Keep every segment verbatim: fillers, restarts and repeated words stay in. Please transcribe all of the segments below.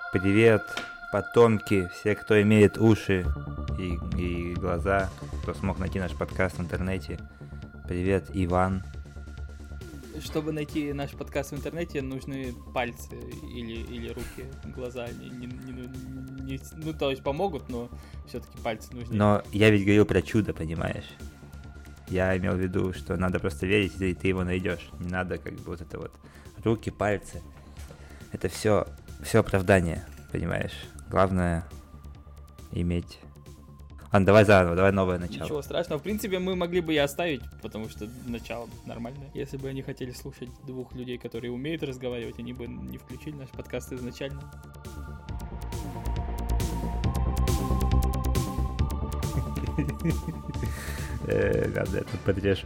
Привет, потомки, все, кто имеет уши и, и глаза, кто смог найти наш подкаст в интернете. Привет, Иван. Чтобы найти наш подкаст в интернете, нужны пальцы или, или руки, глаза. Не, не, не, не, ну, то есть помогут, но все-таки пальцы нужны. Но я ведь говорил про чудо, понимаешь? Я имел в виду, что надо просто верить, и ты его найдешь. Не надо как бы вот это вот руки, пальцы. Это все, все оправдание, понимаешь? Главное иметь... Ладно, давай заново, давай новое начало. Ничего страшного. В принципе, мы могли бы и оставить, потому что начало нормальное. Если бы они хотели слушать двух людей, которые умеют разговаривать, они бы не включили наш подкаст изначально. Ладно, это подрежу.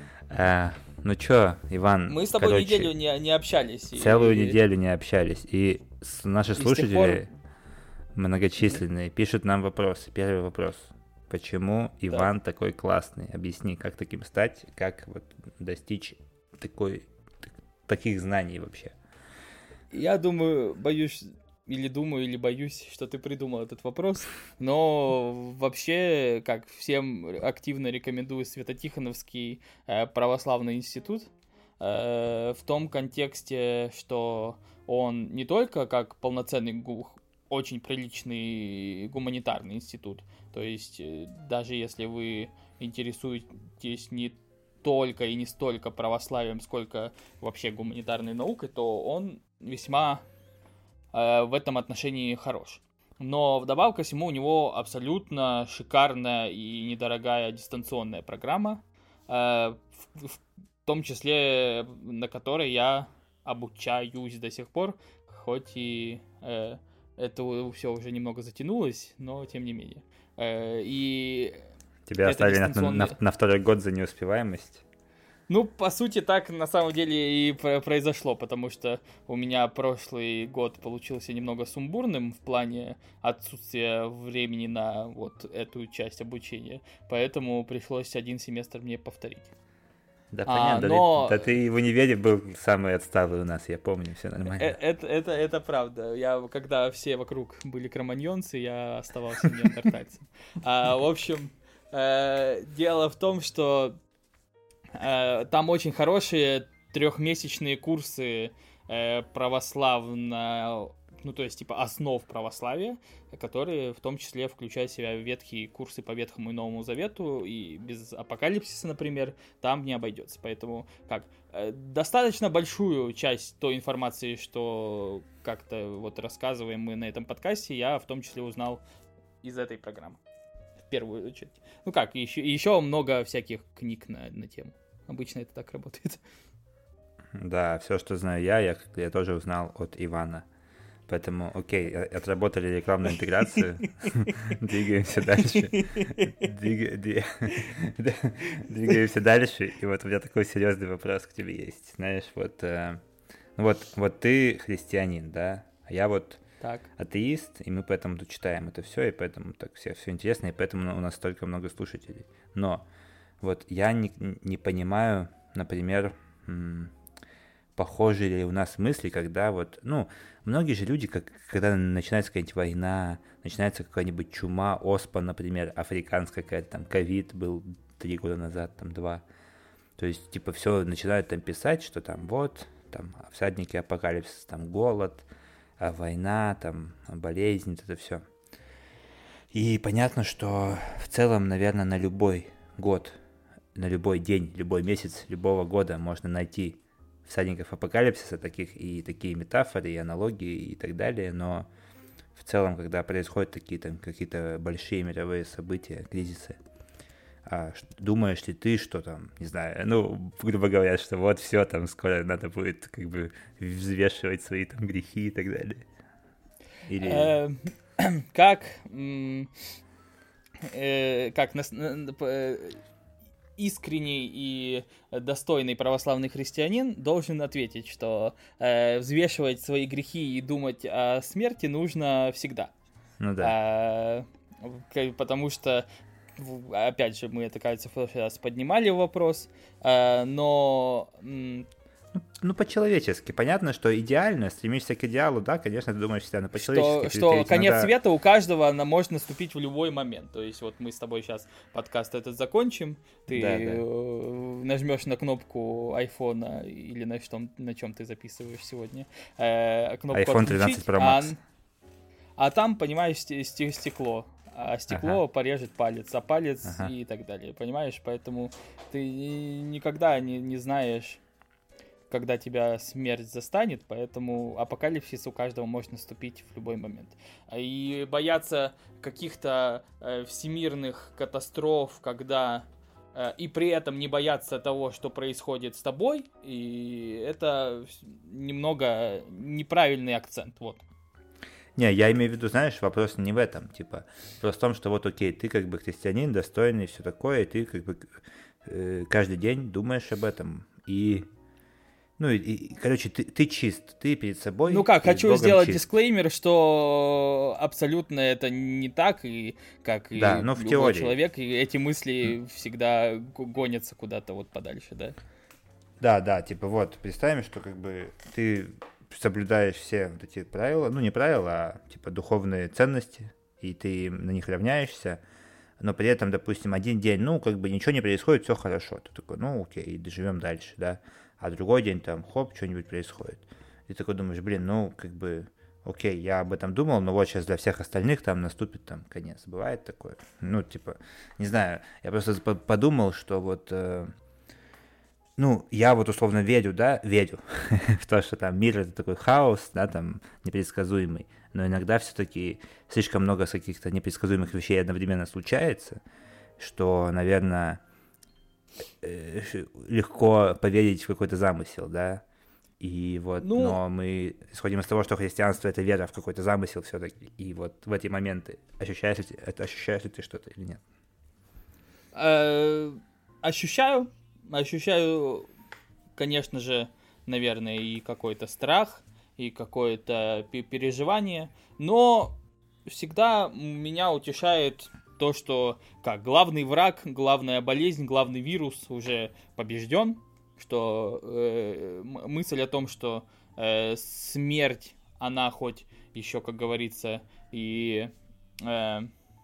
Ну чё, Иван, мы с тобой короче, неделю не, не общались. Целую и... неделю не общались. И наши и слушатели пор... многочисленные пишут нам вопросы. Первый вопрос. Почему Иван да. такой классный? Объясни, как таким стать, как вот достичь такой, таких знаний вообще? Я думаю, боюсь... Или думаю, или боюсь, что ты придумал этот вопрос. Но вообще, как всем активно рекомендую Свято-Тихоновский э, православный институт. Э, в том контексте, что он не только как полноценный, гу- очень приличный гуманитарный институт. То есть, э, даже если вы интересуетесь не только и не столько православием, сколько вообще гуманитарной наукой, то он весьма... в этом отношении хорош. Но вдобавок ко всему у него абсолютно шикарная и недорогая дистанционная программа, в том числе на которой я обучаюсь до сих пор, хоть и это все уже немного затянулось, но тем не менее. И тебя оставили дистанционная... на, на, на второй год за неуспеваемость? Ну, по сути, так на самом деле и произошло, потому что у меня прошлый год получился немного сумбурным в плане отсутствия времени на вот эту часть обучения, поэтому пришлось один семестр мне повторить. Да, понятно, а, но... да, ты, да ты в универе был самый отсталый у нас, я помню, все нормально. Это, это, это правда. Я, когда все вокруг были кроманьонцы, я оставался неандертальцем. А, в общем, э, дело в том, что там очень хорошие трехмесячные курсы э, православно, ну то есть типа основ православия, которые в том числе включают в себя ветхие курсы по Ветхому и Новому Завету, и без апокалипсиса, например, там не обойдется. Поэтому как э, достаточно большую часть той информации, что как-то вот рассказываем мы на этом подкасте, я в том числе узнал из этой программы. В первую очередь. Ну как, еще, еще много всяких книг на, на тему. Обычно это так работает. Да, все, что знаю я, я, я тоже узнал от Ивана. Поэтому, окей, отработали рекламную интеграцию. Двигаемся дальше. Двигаемся дальше. И вот у меня такой серьезный вопрос к тебе есть. Знаешь, вот, вот, вот ты христианин, да? А я вот так. атеист, и мы поэтому тут читаем это все, и поэтому так все, все интересно, и поэтому у нас столько много слушателей. Но вот я не, не понимаю, например, м- похожи ли у нас мысли, когда вот, ну, многие же люди, как, когда начинается какая-нибудь война, начинается какая-нибудь чума, оспа, например, африканская какая-то, там, ковид был три года назад, там, два, то есть, типа, все начинают там писать, что там, вот, там, всадники апокалипсиса, там, голод, война, там, болезнь, вот это все. И понятно, что в целом, наверное, на любой год, на любой день, любой месяц, любого года можно найти всадников апокалипсиса, таких и такие метафоры, и аналогии, и так далее, но в целом, когда происходят такие там какие-то большие мировые события, кризисы, а, думаешь ли ты, что там, не знаю, ну, грубо говоря, что вот все, там скоро надо будет как бы взвешивать свои там грехи и так далее? Или... Как... Как... искренний и достойный православный христианин должен ответить, что э, взвешивать свои грехи и думать о смерти нужно всегда. Ну да. А, потому что, опять же, мы это, кажется, в прошлый раз поднимали вопрос, а, но м, Ну, ну, по-человечески. Понятно, что идеально, стремишься к идеалу, да, конечно, ты думаешь всегда, но по-человечески. Что, что конец иногда... света у каждого она может наступить в любой момент. То есть вот мы с тобой сейчас подкаст этот закончим, ты да, да. нажмешь на кнопку айфона или на, что, на чем ты записываешь сегодня. Э, кнопку айфон тринадцать Pro Max. А, а там, понимаешь, стекло. А стекло ага. порежет палец, а палец ага. и так далее. Понимаешь? Поэтому ты никогда не, не знаешь, когда тебя смерть застанет, поэтому апокалипсис у каждого может наступить в любой момент. И бояться каких-то э, всемирных катастроф, когда э, и при этом не бояться того, что происходит с тобой, и это немного неправильный акцент, вот. Не, я имею в виду, знаешь, вопрос не в этом, типа, вопрос в том, что вот окей, ты как бы христианин, достойный, все такое, и ты как бы э, каждый день думаешь об этом, и ну, и, и короче, ты, ты чист, ты перед собой. Ну как, перед хочу Богом сделать чист. дисклеймер, что абсолютно это не так, и как и да, но в любой теории. человек, и эти мысли mm. всегда гонятся куда-то вот подальше, да? Да, да, типа вот, представим, что как бы ты соблюдаешь все вот эти правила, ну не правила, а типа духовные ценности, и ты на них равняешься, но при этом, допустим, один день, ну, как бы ничего не происходит, все хорошо. Ты такой, ну, окей, живем дальше, да. А другой день там, хоп, что-нибудь происходит. И ты такой думаешь, блин, ну, как бы, окей, я об этом думал, но вот сейчас для всех остальных там наступит там конец. Бывает такое? Ну, типа, не знаю, я просто подумал, что вот, э, ну, я вот условно верю, да, верю в то, что там мир — это такой хаос, да, там, непредсказуемый, но иногда все-таки слишком много каких-то непредсказуемых вещей одновременно случается, что, наверное, легко поверить в какой-то замысел, да, и вот, ну, но мы исходим из того, что христианство — это вера в какой-то замысел все-таки, и вот в эти моменты ощущаешь ли, это ощущаешь ли ты что-то или нет? Ощущаю, ощущаю, конечно же, наверное, и какой-то страх, и какое-то переживание, но всегда меня утешает то, что как главный враг, главная болезнь, главный вирус уже побежден, что э, мысль о том, что э, смерть, она хоть еще, как говорится, и э,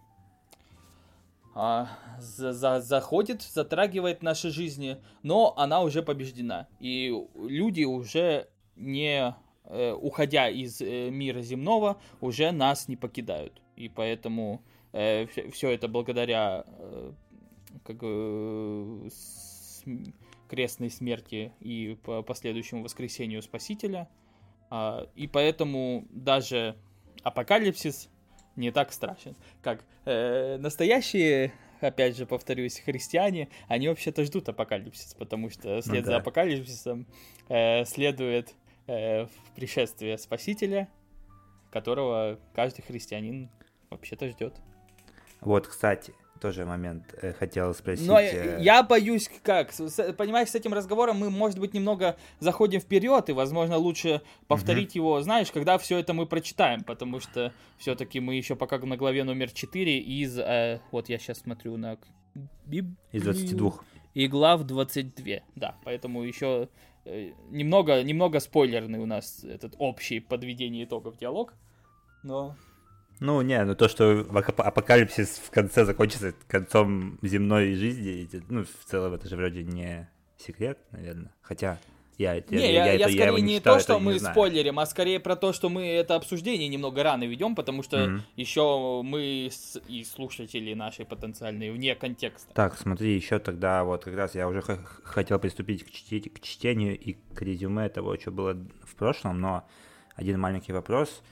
э, за, за, заходит, затрагивает наши жизни, но она уже побеждена. И люди уже не, э, уходя из э, мира земного, уже нас не покидают. И поэтому э, все, все это благодаря э, как, э, с, крестной смерти и по последующему воскресению Спасителя. А, и поэтому даже апокалипсис не так страшен. Как э, настоящие, опять же, повторюсь, христиане, они вообще-то ждут апокалипсис, потому что вслед ну, да. за апокалипсисом э, следует э, пришествие Спасителя, которого каждый христианин вообще-то ждет. Вот, кстати, тоже момент э, хотел спросить. Но э... я боюсь, как, с, понимаешь, с этим разговором мы, может быть, немного заходим вперед, и, возможно, лучше повторить угу. его, знаешь, когда все это мы прочитаем, потому что все-таки мы еще пока на главе номер четыре из, э, вот я сейчас смотрю на Библию. Из двадцати двух. И глав двадцать два, да, поэтому еще э, немного, немного спойлерный у нас этот общий подведение итогов диалог, но... Ну, не, ну то, что апокалипсис в конце закончится концом земной жизни, ну, в целом это же вроде не секрет, наверное. Хотя я, не, я, я, я, я скорее я не, не читал, то, что мы не спойлерим, а скорее про то, что мы это обсуждение немного рано ведем, потому что mm-hmm. еще мы с, и слушатели наши потенциальные вне контекста. Так, смотри, еще тогда вот как раз я уже х- хотел приступить к, чти- к чтению и к резюме того, что было в прошлом, но один маленький вопрос.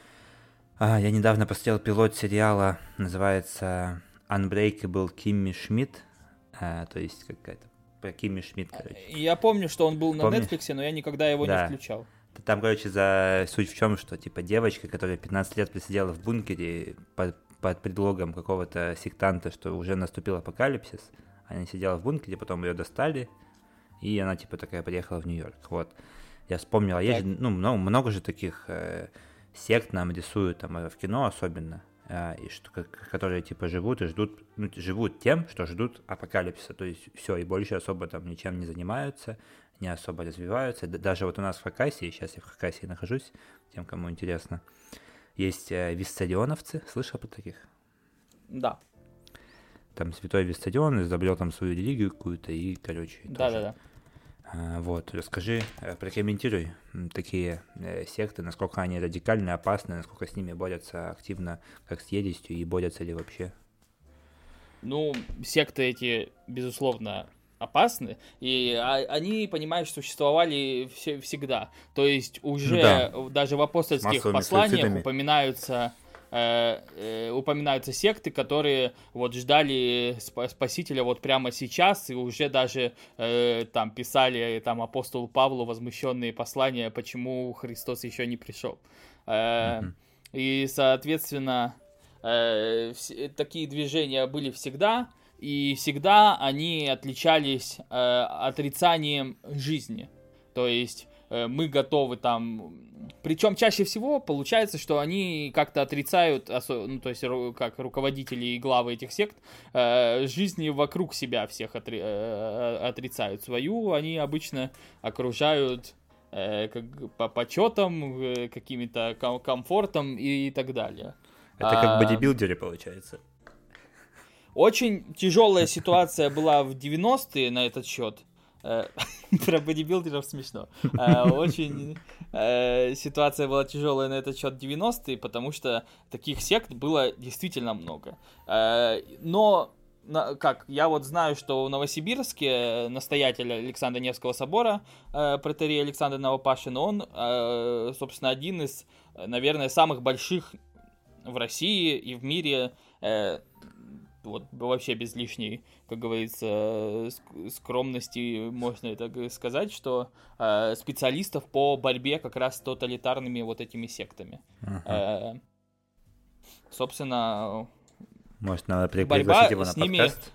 А, я недавно посмотрел пилот сериала, называется Unbreakable Кимми Шмидт, а, то есть какая-то про Кимми Шмидт, короче. Я помню, что он был Помнишь? на Netflix, но я никогда его да. не включал. Там, короче, за суть в чем, что типа девочка, которая пятнадцать лет просидела в бункере под, под предлогом какого-то сектанта, что уже наступил апокалипсис, она сидела в бункере, потом ее достали, и она типа такая приехала в Нью-Йорк. Вот. Я вспомнил, а есть же, ну, много, много же таких... Э, сект нам рисуют, там, в кино особенно, а, и что, которые типа живут и ждут, ну, живут тем, что ждут апокалипсиса, то есть все, и больше особо там ничем не занимаются, не особо развиваются. Даже вот у нас в Хакасии, сейчас я в Хакасии нахожусь, тем, кому интересно, есть виссарионовцы, слышал про таких? Да. Там святой Виссарион изобрел там свою религию какую-то и, короче, да-да-да. А, вот, расскажи, прокомментируй такие э, секты, насколько они радикальны, опасны, насколько с ними борются активно, как с ересью, и борются ли вообще? Ну, секты эти, безусловно, опасны, и а, они, понимаешь, существовали все, всегда. То есть уже да. даже в апостольских посланиях суицидами упоминаются... Э, э, упоминаются секты, которые вот ждали сп- Спасителя вот прямо сейчас, и уже даже э, там писали там апостолу Павлу возмущенные послания, почему Христос еще не пришел. Э, mm-hmm. И, соответственно, э, вс- такие движения были всегда, и всегда они отличались э, отрицанием жизни. То есть мы готовы там... Причем чаще всего получается, что они как-то отрицают, ну, то есть как руководители и главы этих сект, жизни вокруг себя всех отри... отрицают. Свою они обычно окружают как, по почетам, какими-то комфортом и так далее. Это как бодибилдеры, получается. Очень тяжелая ситуация была в девяностые на этот счет. Про бодибилдеров смешно. Очень ситуация была тяжелая на этот счет девяностые, потому что таких сект было действительно много. Но, как, я вот знаю, что в Новосибирске настоятель Александра Невского собора, протоиерей Александр Новопашин, он, собственно, один из, наверное, самых больших в России и в мире, вот вообще без лишней, как говорится, скромности можно это сказать, что э, специалистов по борьбе как раз с тоталитарными вот этими сектами. Uh-huh. Э, собственно, может, надо пригласить его на с ними... подкаст?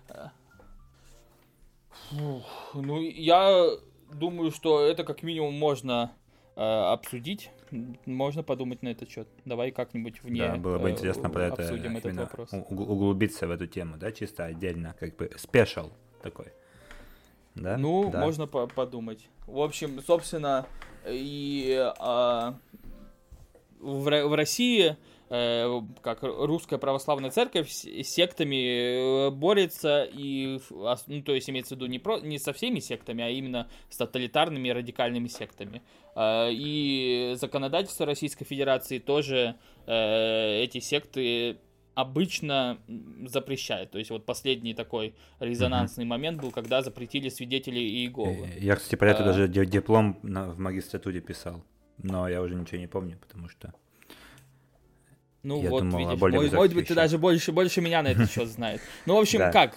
Фух, ну, я думаю, что это как минимум можно э, обсудить. Можно подумать на этот счет. Давай как-нибудь вне да, было бы интересно про это обсудим этот вопрос. Углубиться в эту тему, да, чисто отдельно, как бы спешл такой. Да? Ну, да. можно по- подумать. В общем, собственно, и а, в, в России, э, как русская православная церковь, с сектами борется, и, ну, то есть имеется в виду не, про, не со всеми сектами, а именно с тоталитарными и радикальными сектами. И законодательство Российской Федерации тоже э, эти секты обычно запрещает. То есть вот последний такой резонансный uh-huh. момент был, когда запретили свидетелей Иеговы. Я, кстати, про это а... даже диплом на, в магистратуре писал, но я уже ничего не помню, потому что ну я вот, думал, видишь, может быть, вещах. Ты даже больше, больше меня на этот счет знаешь. Ну, в общем, как...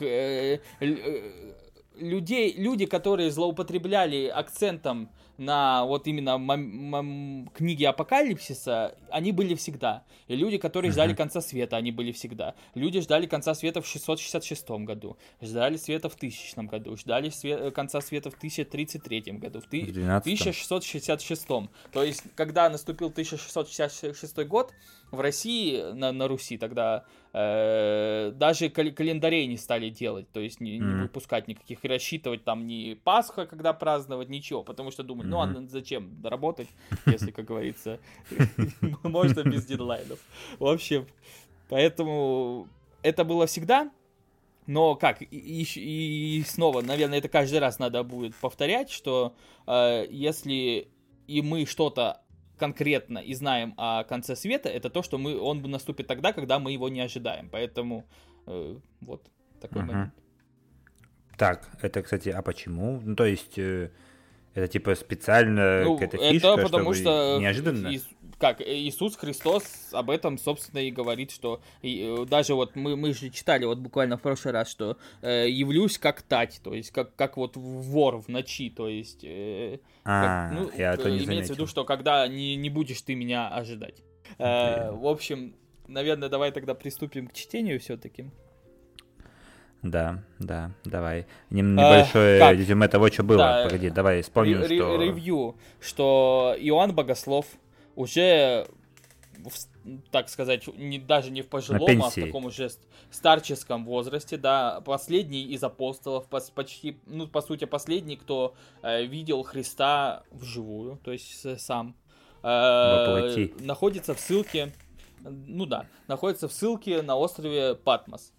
Людей, люди, которые злоупотребляли акцентом на вот именно м- м- книги Апокалипсиса, они были всегда. И люди, которые uh-huh. ждали конца света, они были всегда. Люди ждали конца света в шестьсот шестьдесят шестом году, ждали света в тысячном году, ждали све- конца света в тысяча тридцать третьем году, в ты- тысяча шестьсот шестьдесят шестом. То есть, когда наступил тысяча шестьсот шестьдесят шестой год, в России, на, на Руси тогда, э, даже кал- календарей не стали делать, то есть не, не mm-hmm. выпускать никаких, и рассчитывать там ни Пасха, когда праздновать, ничего, потому что думали, ну а зачем работать, если, как говорится, можно без дедлайнов. В общем, поэтому это было всегда, но как, и, и, и снова, наверное, это каждый раз надо будет повторять, что э, если и мы что-то конкретно и знаем о конце света, это то, что мы, он наступит тогда, когда мы его не ожидаем. Поэтому э, вот такой uh-huh. момент. Так, это, кстати, а почему? Ну, то есть, э, это типа специально ну, какая-то фишка, это потому что неожиданно? И, как Иисус Христос об этом, собственно, и говорит, что и, даже вот мы, мы же читали вот буквально в прошлый раз, что э, явлюсь как тать, то есть как, как вот вор в ночи, то есть э, а, как, ну, я это не имеется заметил. в виду, что когда не, не будешь ты меня ожидать. Э, в общем, наверное, давай тогда приступим к чтению все-таки. Да, да, давай. Небольшое а, резюме того, что было. Да, погоди, давай вспомним, р- что... Ревью, что Иоанн Богослов уже в, так сказать, не, даже не в пожилом, а в таком уже старческом возрасте, да, последний из апостолов, почти, ну, по сути, последний, кто э, видел Христа вживую, то есть сам, э, находится в ссылке, ну да, находится в ссылке на острове Патмос.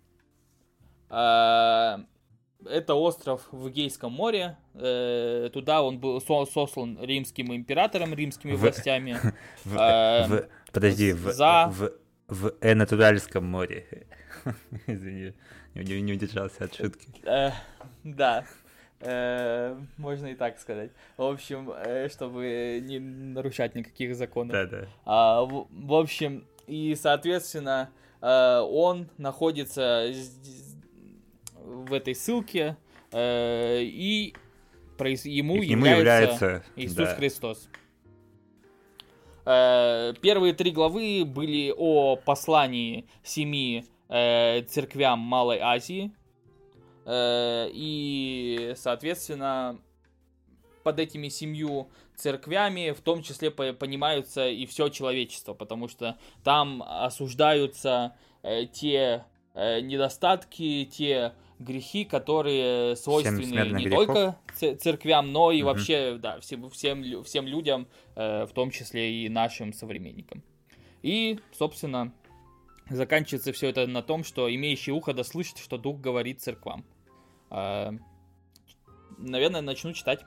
Э, Это остров в Эгейском море. Э, туда он был сослан римским императором, римскими в, властями. В, э, в, подожди, в, за... в, в Энатуральском море. Извини, не, не удержался от шутки. Э, да, э, можно и так сказать. В общем, э, чтобы не нарушать никаких законов. Да, да. А, в, в общем, и, соответственно, э, он находится в этой ссылке, э, и произ... ему, и ему является, является Иисус да. Христос. Э, первые три главы были о послании семи э, церквям Малой Азии, э, и, соответственно, под этими семью церквями в том числе понимаются и все человечество, потому что там осуждаются э, те э, недостатки, те грехи, которые свойственны не грехов. только церквям, но и угу. вообще, да, всем, всем, всем людям, э, в том числе и нашим современникам. И, собственно, заканчивается все это на том, что имеющий ухо да слышит, что Дух говорит церквам. Э, наверное, начну читать.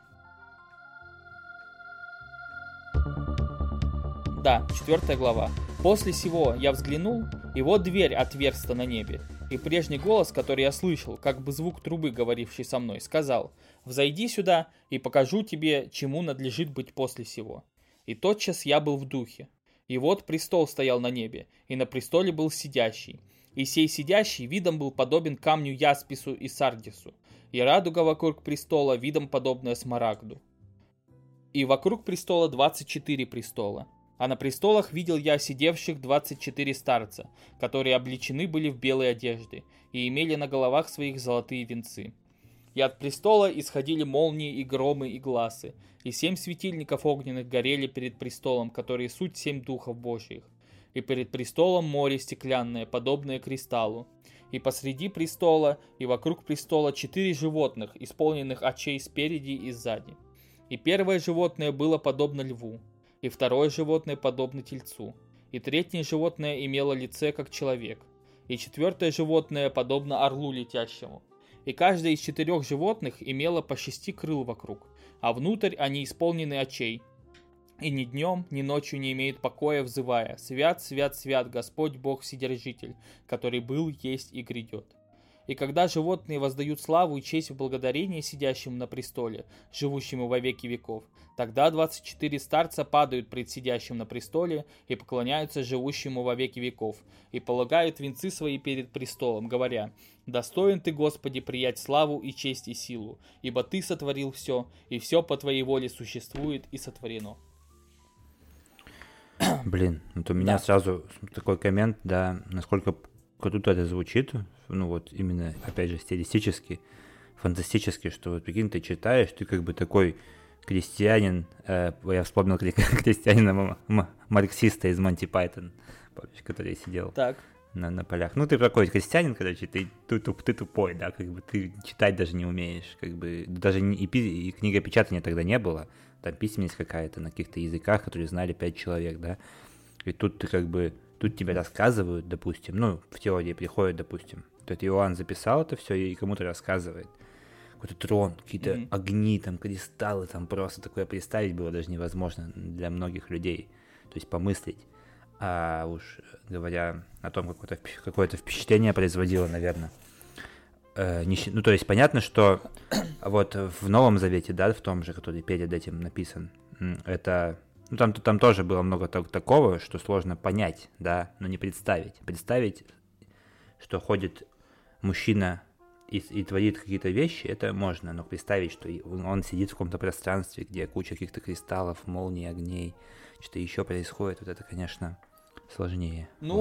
Да, четвертая глава. «После сего я взглянул, и вот дверь отверста на небе. И прежний голос, который я слышал, как бы звук трубы, говоривший со мной, сказал: «Взойди сюда, и покажу тебе, чему надлежит быть после сего». И тотчас я был в духе. И вот престол стоял на небе, и на престоле был сидящий. И сей сидящий видом был подобен камню яспису и сардису, и радуга вокруг престола видом подобная смарагду. И вокруг престола двадцать четыре престола. А на престолах видел я сидевших двадцать четыре старца, которые облечены были в белые одежды, и имели на головах своих золотые венцы. И от престола исходили молнии и громы и гласы, и семь светильников огненных горели перед престолом, которые суть семь духов Божьих. И перед престолом море стеклянное, подобное кристаллу. И посреди престола и вокруг престола четыре животных, исполненных очей спереди и сзади. И первое животное было подобно льву, и второе животное подобно тельцу, и третье животное имело лице, как человек, и четвертое животное подобно орлу летящему. И каждое из четырех животных имело по шести крыл вокруг, а внутрь они исполнены очей. И ни днем, ни ночью не имеют покоя, взывая: «Свят, свят, свят, Господь Бог Вседержитель, который был, есть и грядет». И когда животные воздают славу и честь в благодарение сидящему на престоле, живущему во веки веков, тогда двадцать четыре старца падают пред сидящим на престоле и поклоняются живущему во веки веков, и полагают венцы свои перед престолом, говоря: «Достоин ты, Господи, приять славу и честь и силу, ибо ты сотворил все, и все по твоей воле существует и сотворено». Блин, вот у меня да. сразу такой коммент, да, насколько круто это звучит, ну вот именно, опять же, стилистически, фантастически, что вот, прикинь, ты читаешь, ты как бы такой крестьянин, э, я вспомнил крестьянина-марксиста из Монти Пайтон, который сидел так. На, на полях. Ну, ты такой крестьянин, короче, ты, ты, ты, ты тупой, да, как бы ты читать даже не умеешь, как бы, даже не, и, и книгопечатания тогда не было, там письменность какая-то на каких-то языках, которые знали пять человек, да, и тут ты как бы, тут тебе рассказывают, допустим, ну, в теории приходит, допустим, тут Иоанн записал это все и кому-то рассказывает, какой-то трон, какие-то mm-hmm. огни, там, кристаллы, там просто такое представить было даже невозможно для многих людей, то есть помыслить, а уж говоря о том, какое-то, какое-то впечатление производило, наверное, э, не, ну, то есть понятно, что вот в Новом Завете, да, в том же, который перед этим написан, это, ну, там, там тоже было много так, такого, что сложно понять, да, но не представить. Представить, что ходит мужчина и, и творит какие-то вещи, это можно, но представить, что он сидит в каком-то пространстве, где куча каких-то кристаллов, молний, огней, что-то еще происходит, вот это, конечно, сложнее. Ну, вот.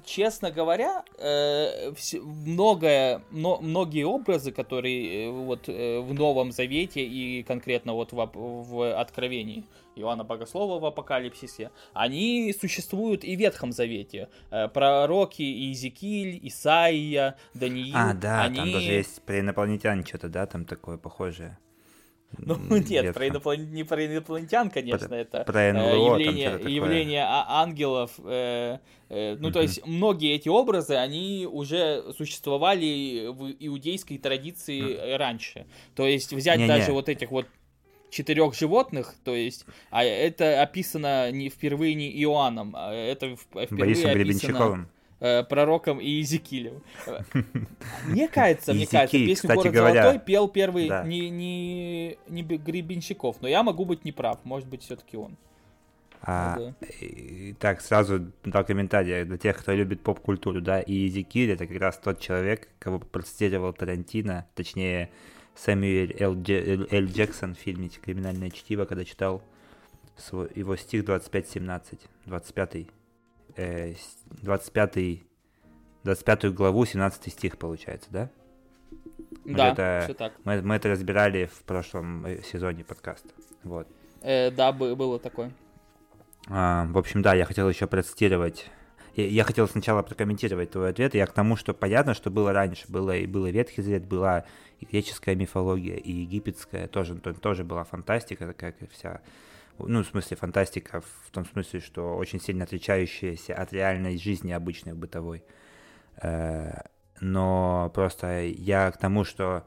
честно говоря, э, вс- многое, но, многие образы, которые э, вот э, в Новом Завете и конкретно вот в, ап- в Откровении Иоанна Богослова в Апокалипсисе, они существуют и в Ветхом Завете. Э, пророки Иезекииль, Исаия, Даниил, А, да, там даже они... есть про инопланетян что-то, да, там такое похожее. Ну, М, нет, про ветхом. иноплан- не про инопланетян, конечно, Про, это про э, НЛО, там явление, что-то такое. явление а- ангелов. э, э, ну, то Мгм. есть, многие эти образы, они уже существовали в иудейской традиции э, раньше. То есть, взять даже Не-не, вот этих вот четырех животных, то есть, а это описано не впервые не Иоанном, а это в- впервые Борисом описано Гребенщиковым. э, пророком Иезекиилем. Э, Мне кажется, мне кажется, Иезекииль, песню кстати «Город говоря, золотой» пел первый да. не, не, не Бе- Гребенщиков, но я могу быть неправ, может быть, все-таки он. А, Ну да. и- так, сразу два комментария для тех, кто любит поп-культуру, да, и Иезекииль — это как раз тот человек, кого процитировал Тарантино, точнее, Сэмюэль Л. Дж- Л. Джексон в фильме «Криминальное чтиво», когда читал свой, его стих двадцать пять семнадцать, двадцать пятый, э, с- двадцать пятый, двадцать пятую главу, семнадцатый стих, получается, да? Мы Да, это, все так. мы, мы это разбирали в прошлом э, сезоне подкаста, вот. Э, да, бы- было такое. А, в общем, да, я хотел еще процитировать. Я, я хотел сначала прокомментировать твой ответ. Я к тому, что понятно, что было раньше. Было и было Ветхий Завет, была и греческая мифология, и египетская. Тоже, то- тоже была фантастика такая, как вся. Ну, в смысле, фантастика в том смысле, что очень сильно отличающаяся от реальной жизни обычной бытовой. Э, Но просто я к тому, что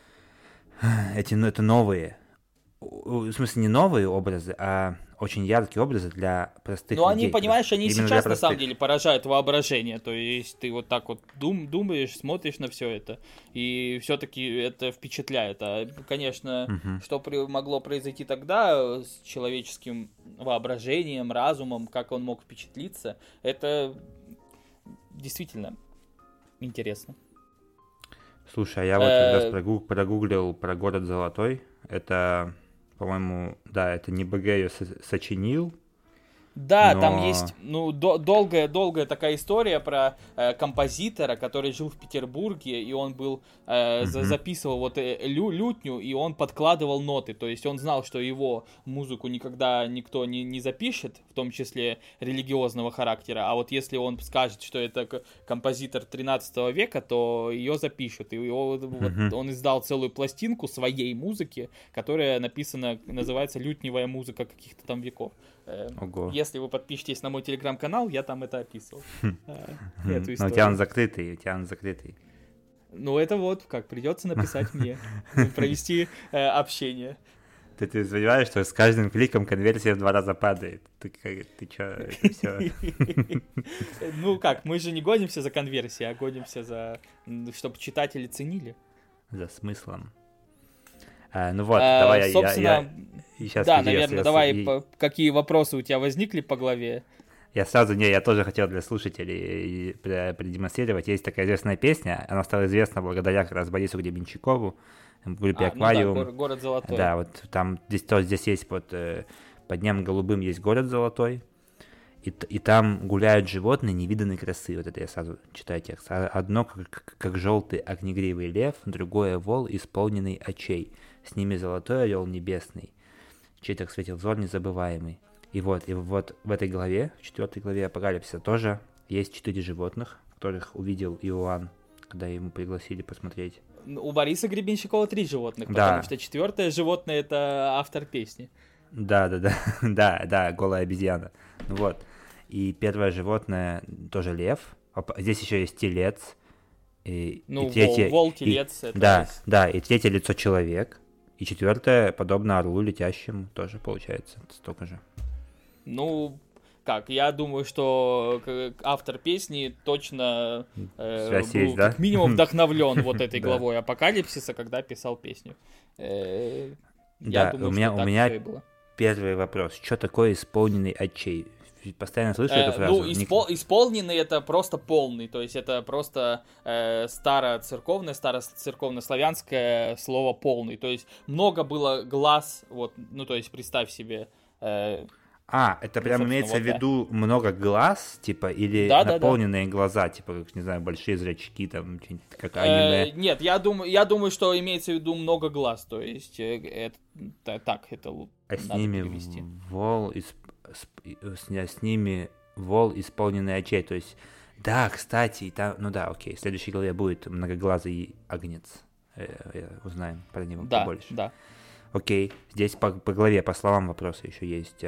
эти, ну, это новые, в смысле, не новые образы, а очень яркие образы для простых Ну, они, людей. понимаешь, они Именно сейчас для на самом простых. деле поражают воображение. То есть ты вот так вот дум, думаешь, смотришь на все это, и все-таки это впечатляет. А, конечно, Мгм. что при- могло произойти тогда с человеческим воображением, разумом, как он мог впечатлиться, это действительно интересно. Слушай, а я вот как раз Э, прогу- прогуглил про город Золотой. Это, по-моему, да, это не БГ ее со- сочинил, Да, там но... есть, ну, до- долгая-долгая такая история про э, композитора, который жил в Петербурге, и он был, э, за- Мгм. записывал вот э, лю- лютню, и он подкладывал ноты, то есть он знал, что его музыку никогда никто не, не запишет, в том числе религиозного характера, а вот если он скажет, что это к- композитор тринадцатого века, то ее запишут, и его, вот, Мгм. он издал целую пластинку своей музыки, которая написана, называется «Лютневая музыка каких-то там веков». Э, Ого. Если вы подпишетесь на мой телеграм-канал, я там это описывал. э, Хм. Эту Но у историю. тебя он закрытый, у тебя он закрытый. Ну, это вот как, придется написать мне, провести э, общение. Ты, ты понимаешь, что с каждым кликом конверсия в два раза падает. Ты, как- ты чё, это все... Ну как, мы же не гонимся за конверсией, а гонимся за, чтобы читатели ценили. За смыслом. А, ну вот, А, давай я- я... собственно, я, и щас да, я- наверное, я- давай, и- по- какие вопросы у тебя возникли по главе? Я сразу, не, я тоже хотел для слушателей пре- продемонстрировать. Есть такая известная песня, она стала известна благодаря как раз Борису Гребенщикову, в группе А, ну да, «Аквариум». гор- город Золотой. Да, вот там здесь тоже здесь есть вот э, под днем голубым есть город золотой, и, т- и там гуляют животные невиданной красы. Вот это я сразу читаю текст. А- Одно как, как желтый огнегривый лев, другое вол, исполненный очей. С ними золотой орел небесный, чей так светил взор незабываемый. И вот, и вот в этой главе, в четвертой главе Апокалипсиса тоже есть четыре животных, которых увидел Иоанн, когда ему пригласили посмотреть. У Бориса Гребенщикова три животных, Да. потому что четвертое животное — это автор песни. Да, да, да, да, да, голая обезьяна. Ну вот. И первое животное тоже лев. Опа, здесь еще есть телец. И, Ну, и третье, вол, вол, и- телец, это да, есть. да, и третье лицо человек. И четвертое, подобно орлу летящему, тоже получается столько же. Ну, как, я думаю, что к- автор песни точно э, Связь был есть, да? как минимум вдохновлен вот этой Да. главой Апокалипсиса, когда писал песню. Э, Да, Я думаю, у меня- что у так меня всё и было. Первый вопрос. Что такое исполненный очей? Постоянно слышу Э, эту фразу. Ну, Ник- испол- исполненный — это просто полный, то есть это просто э, староцерковное, староцерковно-славянское слово полный, то есть много было глаз, вот, ну, то есть представь себе, э, А, это прям ну, имеется вот, в виду да. много глаз, типа, или да, наполненные да, да. глаза, типа, как, не знаю, большие зрачки, там, как Э, аниме? нет, я думаю, я думаю, что имеется в виду много глаз, то есть, это, так, это а с надо ними перевести. вол, с, с, с ними вол, исполненный очей, то есть, да, кстати, там, ну да, окей, в следующей главе будет многоглазый агнец, узнаем про него да, побольше. Да, Окей, здесь по, по главе, по словам вопроса еще есть.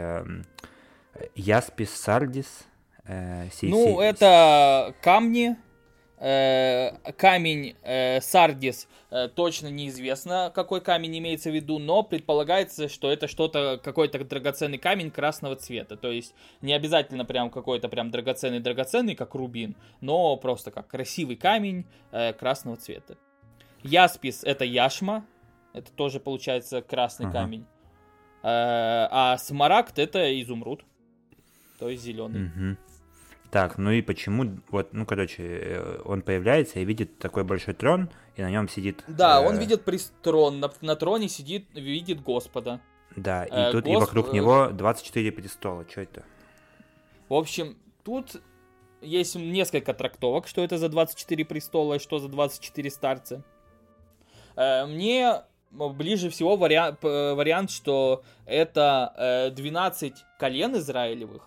Яспис Сардис. Э, си, ну, си, это камни. Э, камень э, Сардис э, точно неизвестно, какой камень имеется в виду, но предполагается, что это что-то, какой-то драгоценный камень красного цвета. То есть не обязательно прям какой-то прям драгоценный-драгоценный, как рубин, но просто как красивый камень э, красного цвета. Яспис — это яшма. Это тоже получается красный ага. камень. А, а смарагд — это изумруд. То есть зеленый. Угу. Так, ну и почему, вот, ну, короче, он появляется и видит такой большой трон, и на нем сидит... Да, э... он видит трон, на, на троне сидит, видит Господа. Да, и э, тут Госп... и вокруг него двадцать четыре престола, что это? В общем, тут есть несколько трактовок, что это за двадцать четыре престола и что за двадцать четыре старца. Э, мне... Ближе всего вариант, вариант, что это двенадцать колен израилевых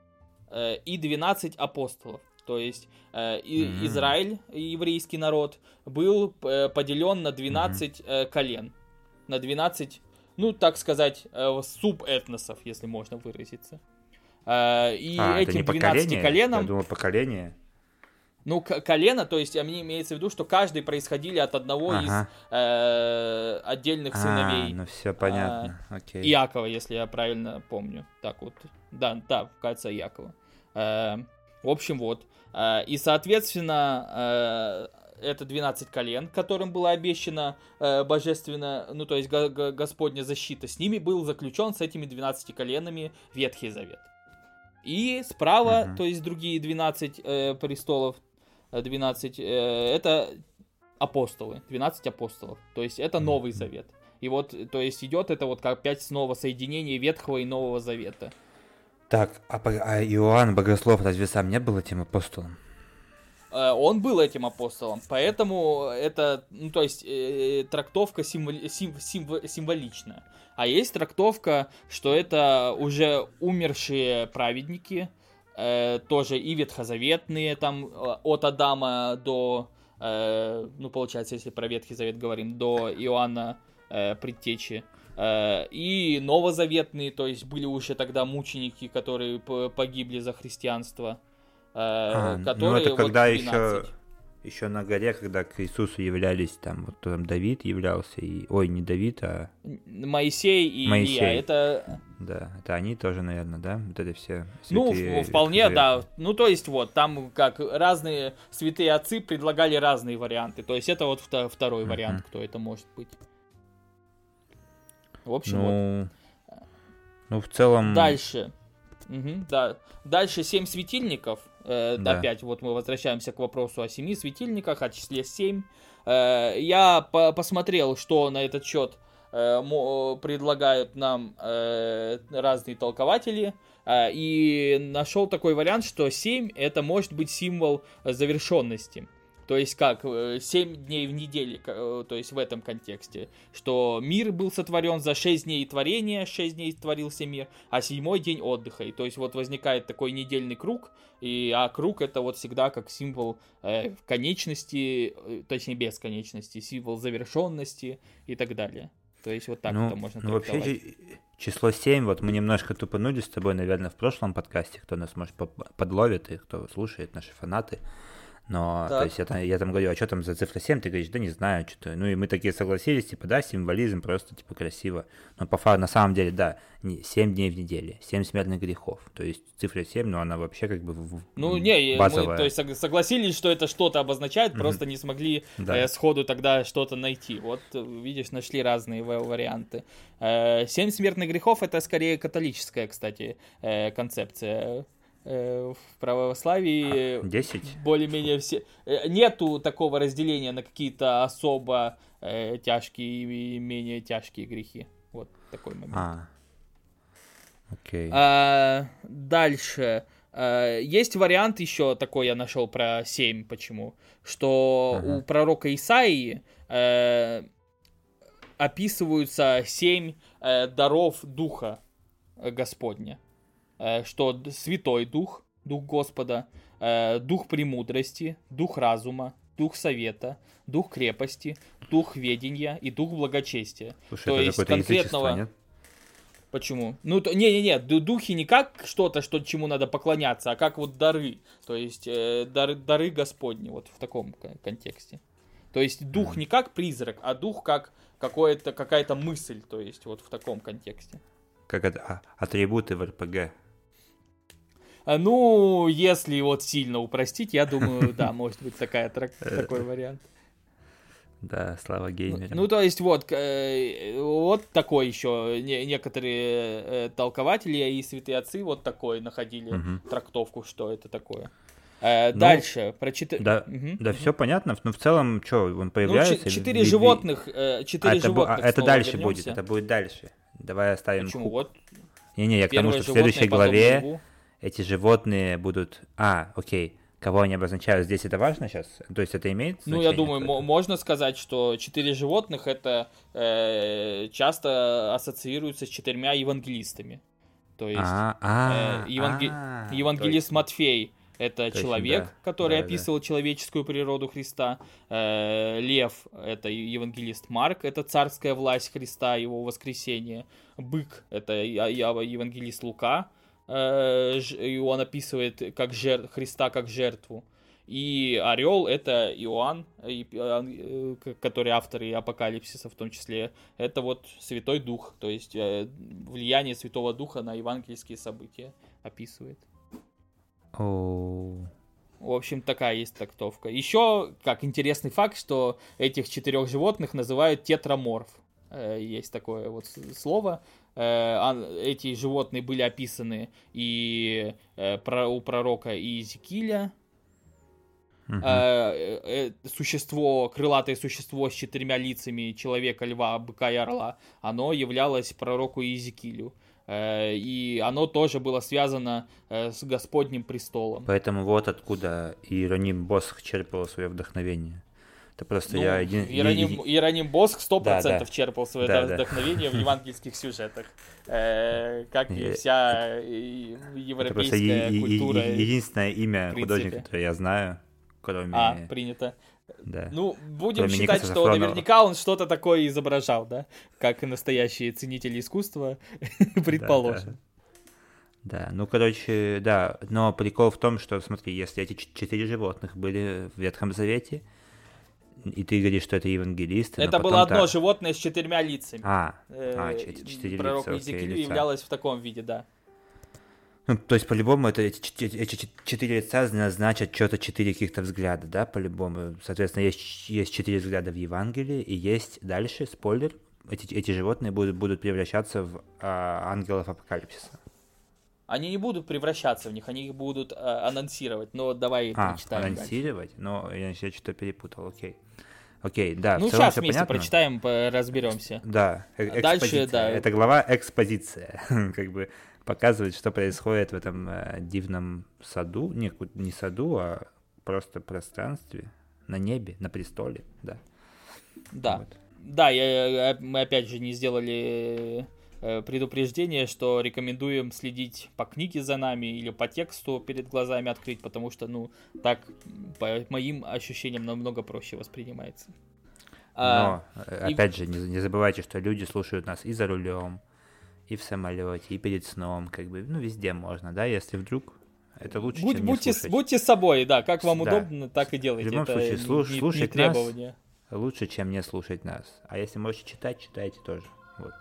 и двенадцать апостолов. То есть mm-hmm. Израиль, еврейский народ, был поделен на двенадцать mm-hmm. колен. На двенадцать, ну, так сказать, субэтносов, если можно выразиться. И а, этим двенадцати коленам... Я думал, поколение. Ну, колено, то есть, мне имеется в виду, что каждый происходили от одного ага. из э, отдельных сыновей. А, ну все понятно, э, окей. Иакова, если я правильно помню. Так вот, да, да, кажется, Иакова. Э, в общем, вот. Э, и, соответственно, э, это двенадцать колен, которым была обещана э, божественно, ну, то есть, го- го- Господня защита. С ними был заключен, с этими двенадцатью коленами, Ветхий Завет. И справа, uh-huh. то есть, другие двенадцать э, престолов, двенадцать, э, это апостолы, двенадцать апостолов, то есть это Новый Завет. И вот, то есть идет это вот как опять снова соединение Ветхого и Нового Завета. Так, а, а Иоанн Богослов разве сам не был этим апостолом? Э, он был этим апостолом, поэтому это, ну то есть э, трактовка символи, сим, сим, символичная. А есть трактовка, что это уже умершие праведники, Э, тоже и ветхозаветные, там, от Адама до, э, ну, получается, если про Ветхий Завет говорим, до Иоанна э, Предтечи, э, и новозаветные, то есть были уже тогда мученики, которые погибли за христианство, э, а, которые ну, это вот когда двенадцать. еще... Еще на горе, когда к Иисусу являлись, там, вот там Давид являлся, и... Ой, не Давид, а... Моисей и Моисей. Илья, это... Да, это они тоже, наверное, да? Вот это все святые... Ну, вполне, да. Ну, то есть, вот, там как разные святые отцы предлагали разные варианты. То есть, это вот второй uh-huh. вариант, кто это может быть. В общем, ну... вот. Ну, в целом... Дальше. Угу, да. Дальше семь светильников. Э, да. Опять вот мы возвращаемся к вопросу о семи светильниках, о числе семь. Э, я по- посмотрел, что на этот счет э, мо- предлагают нам э, разные толкователи. Э, и нашел такой вариант, что семь это может быть символ завершенности. То есть как, семь дней в неделю, то есть в этом контексте, что мир был сотворен за шесть дней творения, шесть дней творился мир, а седьмой день отдыха. И то есть вот возникает такой недельный круг, и, а круг это вот всегда как символ э, конечности, точнее бесконечности, символ завершенности и так далее. То есть вот так ну, это можно ну, трактовать. Вообще число семь, вот мы немножко тупанули с тобой, наверное, в прошлом подкасте, кто нас, может, подловит и кто слушает, наши фанаты. Но, так. то есть, я, я там говорю, а что там за цифра семь? Ты говоришь, да не знаю, что-то. Ну, и мы такие согласились, типа, да, символизм, просто, типа, красиво. Но по факту, на самом деле, да, семь дней в неделе, семь смертных грехов. То есть, цифра семь, но она вообще как бы ну, не, базовая. Мы, то есть, согласились, что это что-то обозначает, mm-hmm. просто не смогли да. э, сходу тогда что-то найти. Вот, видишь, нашли разные варианты. Э, семь смертных грехов — это скорее католическая, кстати, э, концепция. В православии десять более-менее все... Нету такого разделения на какие-то особо э, тяжкие и менее тяжкие грехи. Вот такой момент. А. Окей. А, дальше. А, есть вариант еще такой, я нашел про семь, почему. Что Ага. у пророка Исаии э, описываются семь э, даров Духа Господня. Э, что д- Святой Дух, Дух Господа, э, Дух премудрости, Дух разума, Дух совета, Дух крепости, Дух ведения и Дух благочестия. Слушай, То это есть какое-то конкретного... язычество, нет? Почему? Ну, то, не-не-не, ду- духи не как что-то, что, чему надо поклоняться, а как вот дары. То есть э, дары, дары Господни, вот в таком кон- контексте. То есть дух Мгм. не как призрак, а дух как какое-то, какая-то мысль, то есть вот в таком контексте. Как это, а, атрибуты в эр пэ гэ. А, ну, если вот сильно упростить, я думаю, да, может быть такая, трак- такой вариант. Да, слава Ну, геймерам. ну, то есть вот, э, вот такой еще не- некоторые э, толкователи и святые отцы вот такой находили Мгм. трактовку, что это такое. Э, Ну, дальше, прочитать. Да, да, все понятно. Ну, в целом, что, он Ну, появляется? ч- четыре Ви- ви- животных, э, А четыре это, бу- а, животных это снова дальше вернемся. будет, это будет дальше. Давай оставим Почему? хук. Вот Не-не, я к тому, первое что в животное, следующей потом главе наяву. эти животные будут... А, окей. Кого они обозначают здесь, это важно сейчас? То есть это имеет Ну, значение? я думаю, какое-то? мо- можно сказать, что четыре животных это э, часто ассоциируется с четырьмя евангелистами. То есть А, а, э, еванге- а, евангелист точно. Матфей — это Точно, человек, да. который Да, да. описывал человеческую природу Христа. Э, Лев — это евангелист Марк, это царская власть Христа, его воскресение. Бык — это я- я- евангелист Лука, э, ж- и он описывает как жер- Христа как жертву. И орел — это Иоанн, и, э, к- который автор и Апокалипсиса в том числе. Это вот Святой Дух, то есть э, влияние Святого Духа на евангельские события описывает. Оу. В общем, такая есть трактовка. Еще, как интересный факт, что этих четырех животных называют тетраморф. Э, Есть такое вот с- слово. Э, а- Эти животные были описаны и э, про- у пророка Иезекииля. Мгм. Э, э, Существо, крылатое существо с четырьмя лицами человека, льва, быка и орла, оно являлось пророку Иезекиилю. Э, И оно тоже было связано э, с Господним престолом. Поэтому вот откуда Иероним Босх черпал свое вдохновение. Это просто Ну, я один... Иероним, е- е- Иероним Босх сто Да, процентов да. черпал свое Да, да- да. вдохновение в евангельских сюжетах. Э, Как и Е- вся э, Это просто е- европейская е- е- культура. единственное имя в принципе. художника, которое я знаю, кроме... А, принято. Да. Ну, будем Кроме считать, Никаса что Сафронова. наверняка он что-то такое изображал, да? Как и настоящие ценители искусства, предположим. Да, ну, короче, да, но прикол в том, что, смотри, если эти ч- четыре животных были в Ветхом Завете, и ты говоришь, что это евангелисты, но Это было потом-то- одно животное с четырьмя лицами. А, Э, а, ч- эти четыре Пророк лица, окей, Иезекиилю лица. являлось в таком виде, да. Ну, то есть, по-любому, это эти, чет- эти чет- четыре лица зна- значат что-то четыре каких-то взгляда, да, по-любому. Соответственно, есть, ч- есть четыре взгляда в Евангелии, и есть дальше, спойлер, эти, эти животные будут, будут превращаться в а, ангелов апокалипсиса. Они не будут превращаться в них, они их будут э, анонсировать. Но давай А, прочитаем дальше. анонсировать? Ну, я, я что-то перепутал, окей. Окей, да, Ну, в целом сейчас всё вместе понятно. прочитаем, по- разберемся. Да, э- А дальше, экспозиция. да. Это глава экспозиция. Как бы показывает, что происходит в этом э, дивном саду. Не, ку- не саду, а просто пространстве. На небе, на престоле, да. Да. Вот. Да, я, я- мы опять же не сделали э, предупреждение, что рекомендуем следить по книге за нами или по тексту перед глазами открыть, потому что, ну, так, по моим ощущениям, намного проще воспринимается. А, Но, э, и- опять же, не, не забывайте, что люди слушают нас и за рулем, и в самолете, и перед сном, как бы, ну, везде можно, да, если вдруг это лучше, будь- чем будьте, не с- слушать. будьте с собой, да, как вам Да. удобно, так и делайте. В любом Это случае, не- слуш- не, не слушать нас требование. Лучше, чем не слушать нас. А если можете читать, читайте тоже. Вот.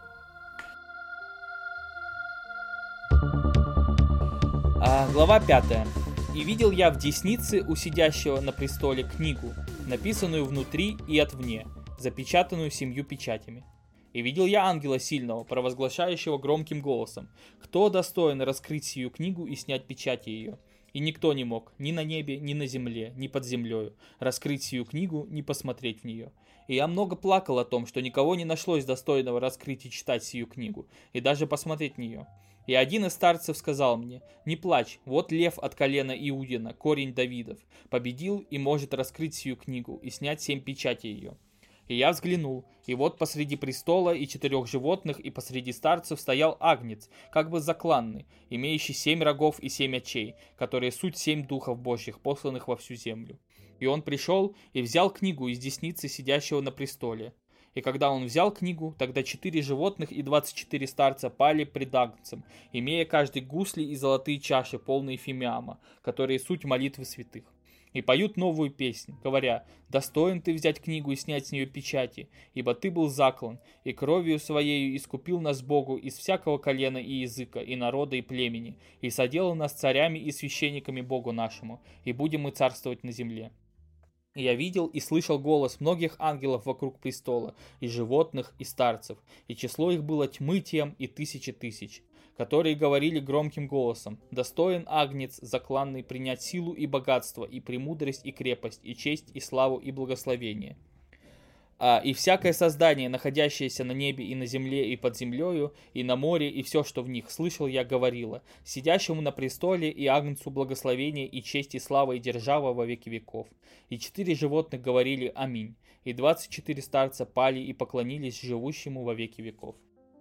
А, глава пятая. «И видел я в деснице у сидящего на престоле книгу, написанную внутри и отвне, запечатанную семью печатями. И видел я ангела сильного, провозглашающего громким голосом: кто достоин раскрыть сию книгу и снять печати ее? И никто не мог, ни на небе, ни на земле, ни под землею, раскрыть сию книгу, ни посмотреть в нее. И я много плакал о том, что никого не нашлось достойного раскрыть и читать сию книгу, и даже посмотреть в нее. И один из старцев сказал мне: не плачь, вот лев от колена Иудина, корень Давидов, победил и может раскрыть сию книгу и снять семь печатей ее. И я взглянул, и вот посреди престола и четырех животных и посреди старцев стоял агнец, как бы закланный, имеющий семь рогов и семь очей, которые суть семь духов Божьих, посланных во всю землю. И он пришел и взял книгу из десницы сидящего на престоле. И когда он взял книгу, тогда четыре животных и двадцать четыре старца пали пред агнцем, имея каждый гусли и золотые чаши, полные фимиама, которые суть молитвы святых. И поют новую песнь, говоря: «Достоин ты взять книгу и снять с нее печати, ибо ты был заклан, и кровью своею искупил нас Богу из всякого колена и языка, и народа, и племени, и соделал нас царями и священниками Богу нашему, и будем мы царствовать на земле». И я видел и слышал голос многих ангелов вокруг престола, и животных, и старцев, и число их было тьмы тем и тысячи тысяч, которые говорили громким голосом: «Достоин агнец закланный принять силу и богатство, и премудрость, и крепость, и честь, и славу, и благословение». А, и всякое создание, находящееся на небе и на земле, и под землею, и на море, и все, что в них, слышал я, говорило: сидящему на престоле и агнцу благословение, и честь, и слава, и держава во веки веков. И четыре животных говорили: аминь. И двадцать четыре старца пали и поклонились живущему во веки веков.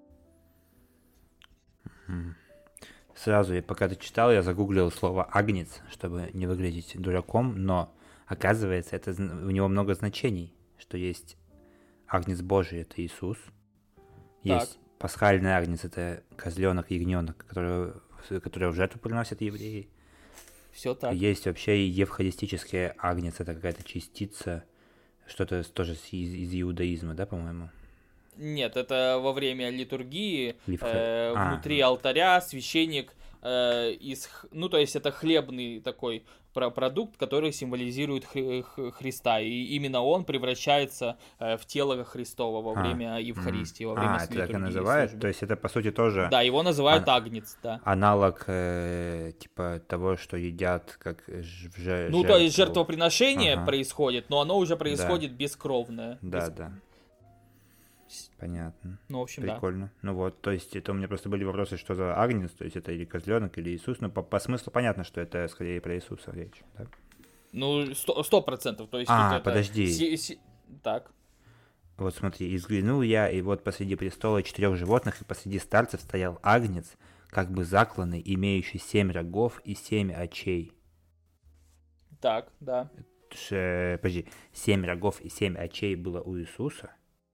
Сразу, я пока ты читал, я загуглил слово «агнец», чтобы не выглядеть дураком, но оказывается, это, у него много значений, что есть агнец Божий — это Иисус, есть Так. пасхальный агнец — это козленок, ягненок, который, который в жертву приносят евреи. Все так. Есть вообще и евхаристический агнец, это какая-то частица, что-то тоже из, из иудаизма, да, по-моему? Нет, это во время литургии, Лив... э, а. внутри алтаря священник э, из, ну то есть это хлебный такой продукт, который символизирует хри- Христа, и именно он превращается э, в тело Христова во время а. Евхаристии, во время а, литургии. это так и называют? То есть это по сути тоже... Да, его называют а... агнец, да. Аналог э, типа того, что едят как в же... Ну то есть жертвоприношение ага. происходит, но оно уже происходит да. бескровное. Да, без... да. Понятно. Ну, в общем, прикольно. Да. Ну вот, то есть это у меня просто были вопросы, что за агнец, то есть это или козленок, или Иисус, но по, по смыслу понятно, что это скорее про Иисуса речь, да? Ну, сто процентов, то есть а, это... подожди. Си- си... Так. Вот смотри, и взглянул я, и вот посреди престола четырех животных и посреди старцев стоял агнец, как бы закланный, имеющий семь рогов и семь очей. Так, да. Ш, подожди, семь рогов и семь очей было у Иисуса?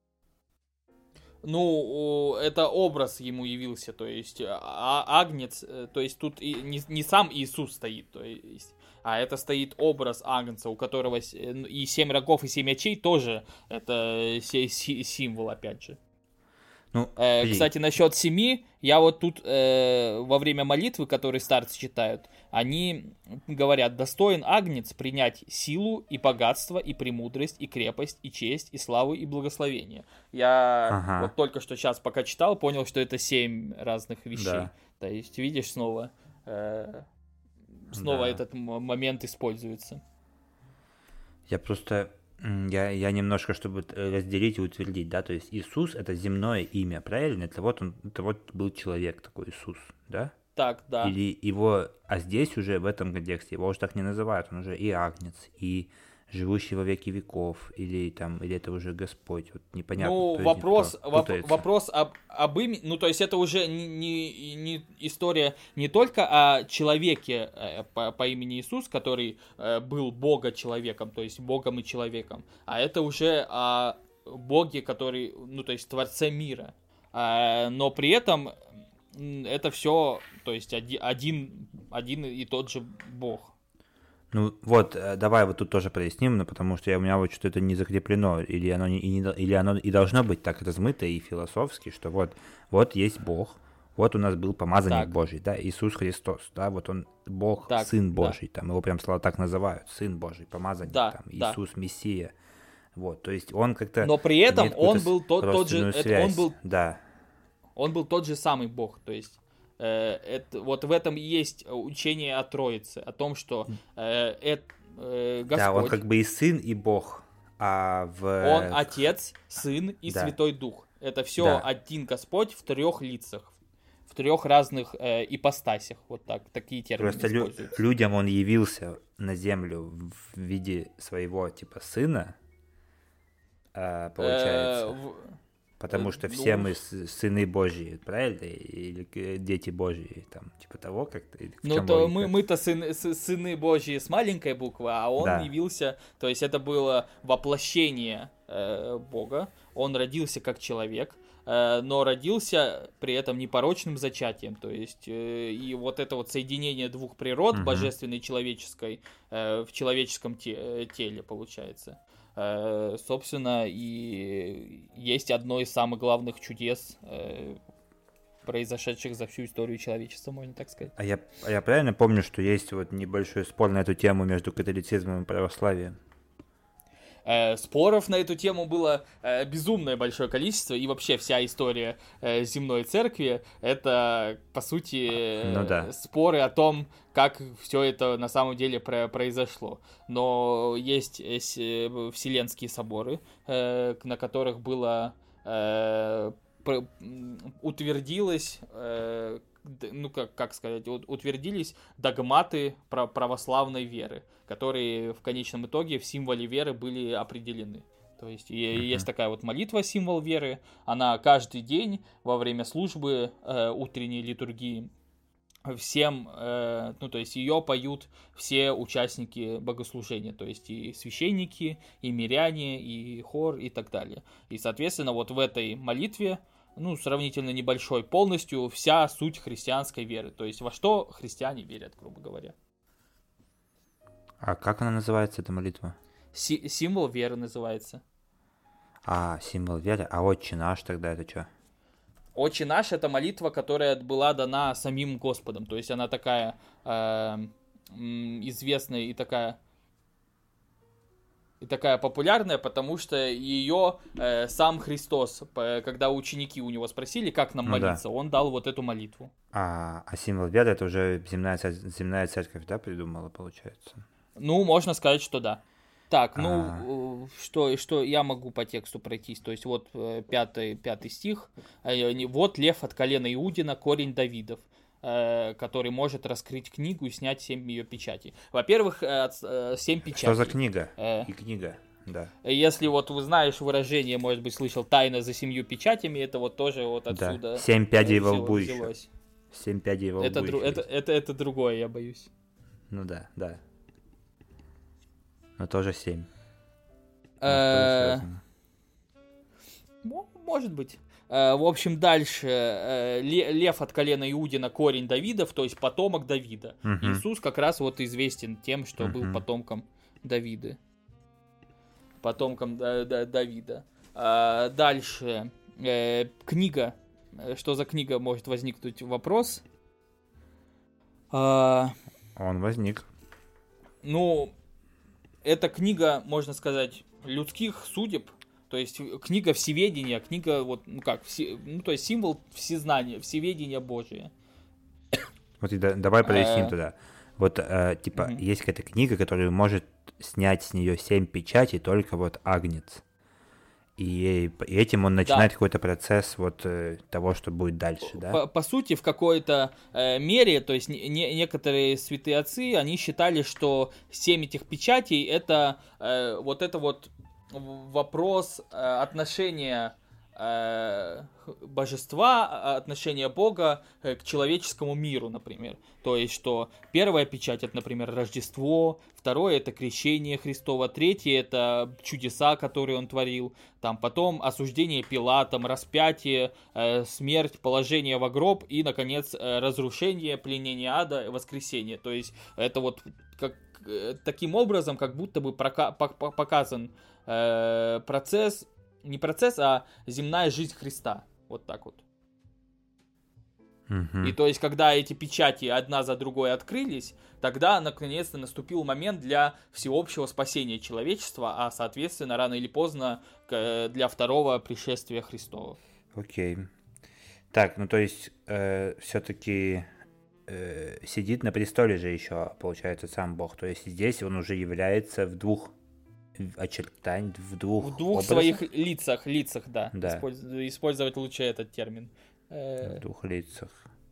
Ну, это образ ему явился, то есть а, агнец, то есть тут и не, не сам Иисус стоит, то есть, а это стоит образ агнца, у которого и семь рогов, и семь очей тоже это символ, опять же. Ну, э, кстати, насчет семи, я вот тут э, во время молитвы, которые старцы читают, они говорят: достоин агнец принять силу и богатство, и премудрость, и крепость, и честь, и славу, и благословение. Я ага. вот только что сейчас, пока читал, понял, что это семь разных вещей. Да. То есть, видишь, снова, э, снова да. этот момент используется. Я просто... Я, я немножко, чтобы разделить и утвердить, да, то есть Иисус — это земное имя, правильно? Это вот он, это вот был человек такой Иисус, да? Так, да. Или его, а здесь уже в этом контексте его уже так не называют, он уже и агнец, и живущий во веки веков, или там, или это уже Господь, вот непонятно. Ну, вопрос, воп- вопрос об, об имени, ну, то есть это уже не, не, не история не только о человеке э, по, по имени Иисус, который э, был Бога-человеком, то есть Богом и человеком, а это уже о Боге, который, ну, то есть Творце мира. А, но при этом это все, то есть один, один, один и тот же Бог. Ну вот, давай вот тут тоже проясним, ну, потому что я, у меня вот что-то это не закреплено, или оно, не, и не, или оно и должно быть так размыто и философски, что вот, вот есть Бог, вот у нас был помазанник так. Божий, да, Иисус Христос, да, вот он Бог, так, Сын Божий, да. Там его прям слова так называют, Сын Божий, помазанник, да, там, да. Иисус Мессия, вот, то есть он как-то... Но при этом он был тот, тот же, это, он был, да. он был тот же самый Бог, то есть... Это, вот в этом и есть учение о Троице, о том, что э, это, э, Господь... Да, он как бы и Сын, и Бог, а в... Он Отец, Сын и да. Святой Дух. Это все да. один Господь в трех лицах. в трех разных э, ипостасях. Вот так, такие термины Просто лю- используются. людям он явился на землю в виде своего, типа, сына, а, получается. Э, в- Потому э, что ну, все мы с- сыны Божьи, правильно? Или э, дети Божьи, там, типа того как-то? Или в Ну, чём то логика? мы, мы-то сыны, сы- сыны Божьи с маленькой буквы, а он Да. явился, то есть это было воплощение э, Бога, он родился как человек, э, но родился при этом непорочным зачатием, то есть э, и вот это вот соединение двух природ, Мгм. божественной и человеческой, э, в человеческом те- э, теле получается. Э, собственно, и есть одно из самых главных чудес, э, произошедших за всю историю человечества, можно так сказать. А я, а я правильно помню, что есть вот небольшой спор на эту тему между католицизмом и православием? Э, споров на эту тему было э, безумное большое количество, и вообще вся история э, земной церкви — это, по сути, э, Ну да. споры о том, как все это на самом деле про- произошло. Но есть э, с- э, вселенские соборы, э, на которых было э, пр- м, утвердилось, э, д- ну как, как сказать, ут- утвердились догматы про- православной веры, которые в конечном итоге в символе веры были определены. То есть и- и Мгм. есть такая вот молитва, символ веры, она каждый день во время службы э, утренней литургии всем, э, ну то есть ее поют все участники богослужения, то есть и священники, и миряне, и хор, и так далее. И, соответственно, вот в этой молитве, ну, сравнительно небольшой, полностью вся суть христианской веры, то есть во что христиане верят, грубо говоря. А как она называется, эта молитва? Си- символ веры называется. А, символ веры. А отче наш тогда это что? «Отче наш» — это молитва, которая была дана самим Господом. То есть она такая э, м, известная и такая и такая популярная, потому что ее э, сам Христос, п- когда ученики у него спросили, как нам Ну да. молиться, он дал вот эту молитву. А, а символ веры это уже земная, цер- земная церковь, да, придумала, получается? Ну, можно сказать, что да. Так, А. ну, э, что, что я могу по тексту пройтись. То есть вот э, пятый, пятый стих. Э, не- Вот лев от колена Иудина, корень Давидов, э, который может раскрыть книгу и снять семь ее печатей. Во-первых, э, от- э, семь печатей. Что за книга? Э, И книга, да. Если вот вы знаешь выражение, может быть, слышал, тайна за семью печатями, это вот тоже вот отсюда Да. Семь пядей э, во взяло- лбу еще. взялось. Семь пядей во лбу Это, дру- еще это, есть. это, это другое, я боюсь. Ну да, да. Но тоже семь. Может, Э, тоже связано. Мо- Может быть. Э, В общем, дальше. э, ле- Лев от колена Иудина, корень Давидов, то есть потомок Давида. Мгм. Иисус как раз вот известен тем, что был Мгм. потомком Давида. Потомком Да- Да- Давида. А, Дальше. Э, Книга. Э, Что за книга, может возникнуть вопрос. А, Он возник. Ну, это книга, можно сказать, людских судеб, то есть книга всеведения, книга вот, ну как, все, ну то есть символ всезнания, всеведения Божия. Вот и да- давай проясним Э. туда. Вот, э, типа, Мгм. есть какая-то книга, которая может снять с нее семь печатей только вот Агнец. И, и этим он начинает какой-то процесс вот э, того, что будет дальше, да? По, по сути, в какой-то э, мере, то есть не- не- некоторые святые отцы, они считали, что семь этих печатей это э, вот это вот в- вопрос э, отношения э, божества, а- отношения Бога э, к человеческому миру, например. То есть, что первая печать это, например, Рождество, второе это крещение Христово, третье это чудеса, которые он творил, там потом осуждение Пилатом, распятие, э, смерть, положение во гроб и, наконец, э, разрушение, пленение ада, воскресение. То есть, это вот как, э, таким образом, как будто бы прока- пок- пок- показан э, процесс, не процесс, а земная жизнь Христа. Вот так вот. Мгм. И то есть, когда эти печати одна за другой открылись, тогда наконец-то наступил момент для всеобщего спасения человечества, а соответственно, рано или поздно к- для второго пришествия Христова. Окей. Так, ну то есть все-таки сидит на престоле же еще, получается, сам Бог. То есть здесь он уже является в двух очертаниях, в двух В двух образах, своих лицах, лицах, да. Да. Использ- Использовать лучше этот термин. Э, в двух лицах.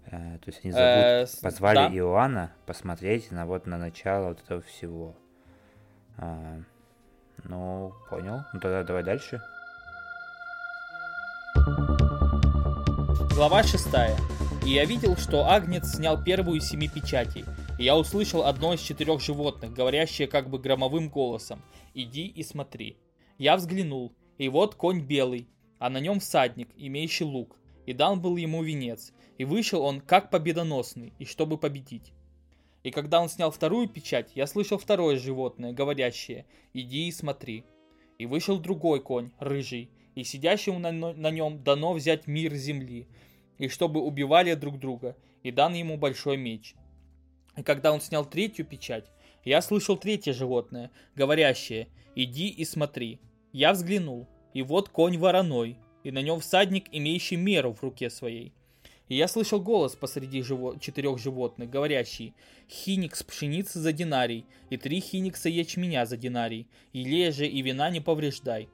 Э, то есть они зовут, Э, с- позвали да. Иоанна посмотреть на вот на начало вот этого всего. А, ну, понял. Ну тогда давай дальше. Глава шестая. «И я видел, что Агнец снял первую из семи печатей, и я услышал одно из четырех животных, говорящее как бы громовым голосом: „Иди и смотри“. Я взглянул, и вот конь белый, а на нем всадник, имеющий лук, и дан был ему венец, и вышел он как победоносный, и чтобы победить. И когда он снял вторую печать, я слышал второе животное, говорящее: „Иди и смотри“. И вышел другой конь, рыжий, и сидящему на, на нем дано взять мир земли, и чтобы убивали друг друга, и дан ему большой меч. И когда он снял третью печать, я слышал третье животное, говорящее: „Иди и смотри“. Я взглянул, и вот конь вороной, и на нем всадник, имеющий меру в руке своей. И я слышал голос посреди живо... четырех животных, говорящий: „Хиникс пшеницы за динарий, и три хиникса ячменя за динарий, и лежи и вина не повреждай“.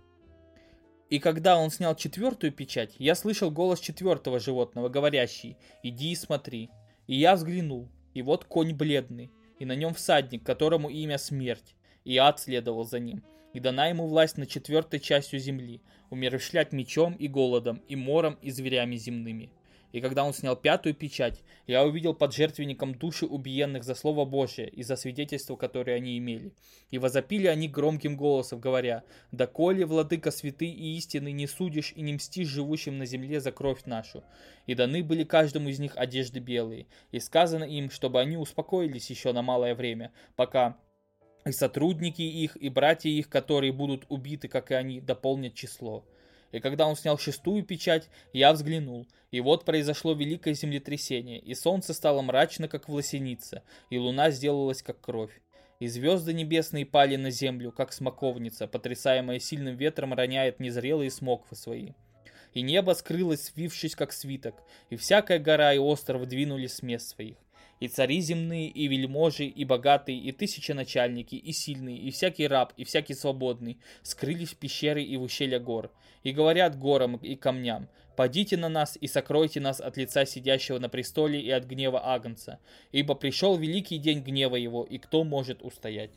И когда он снял четвертую печать, я слышал голос четвертого животного, говорящий: „Иди и смотри“. И я взглянул, и вот конь бледный, и на нем всадник, которому имя Смерть, и ад следовал за ним, и дана ему власть над четвертой частью земли, умерщвлять мечом и голодом, и мором, и зверями земными. И когда он снял пятую печать, я увидел под жертвенником души убиенных за слово Божие и за свидетельство, которое они имели. И возопили они громким голосом, говоря: „Доколе, владыка святый и истинный, не судишь и не мстишь живущим на земле за кровь нашу?“ И даны были каждому из них одежды белые, и сказано им, чтобы они успокоились еще на малое время, пока и сотрудники их, и братья их, которые будут убиты, как и они, дополнят число. И когда он снял шестую печать, я взглянул, и вот произошло великое землетрясение, и солнце стало мрачно, как власеница, и луна сделалась, как кровь. И звезды небесные пали на землю, как смоковница, потрясаемая сильным ветром, роняет незрелые смоквы свои. И небо скрылось, свившись, как свиток, и всякая гора и остров двинулись с мест своих. И цари земные, и вельможи, и богатые, и тысяченачальники, и сильные, и всякий раб, и всякий свободный скрылись в пещеры и в ущелья гор. И говорят горам и камням: „Падите на нас и сокройте нас от лица сидящего на престоле и от гнева Агнца, ибо пришел великий день гнева его, и кто может устоять?“»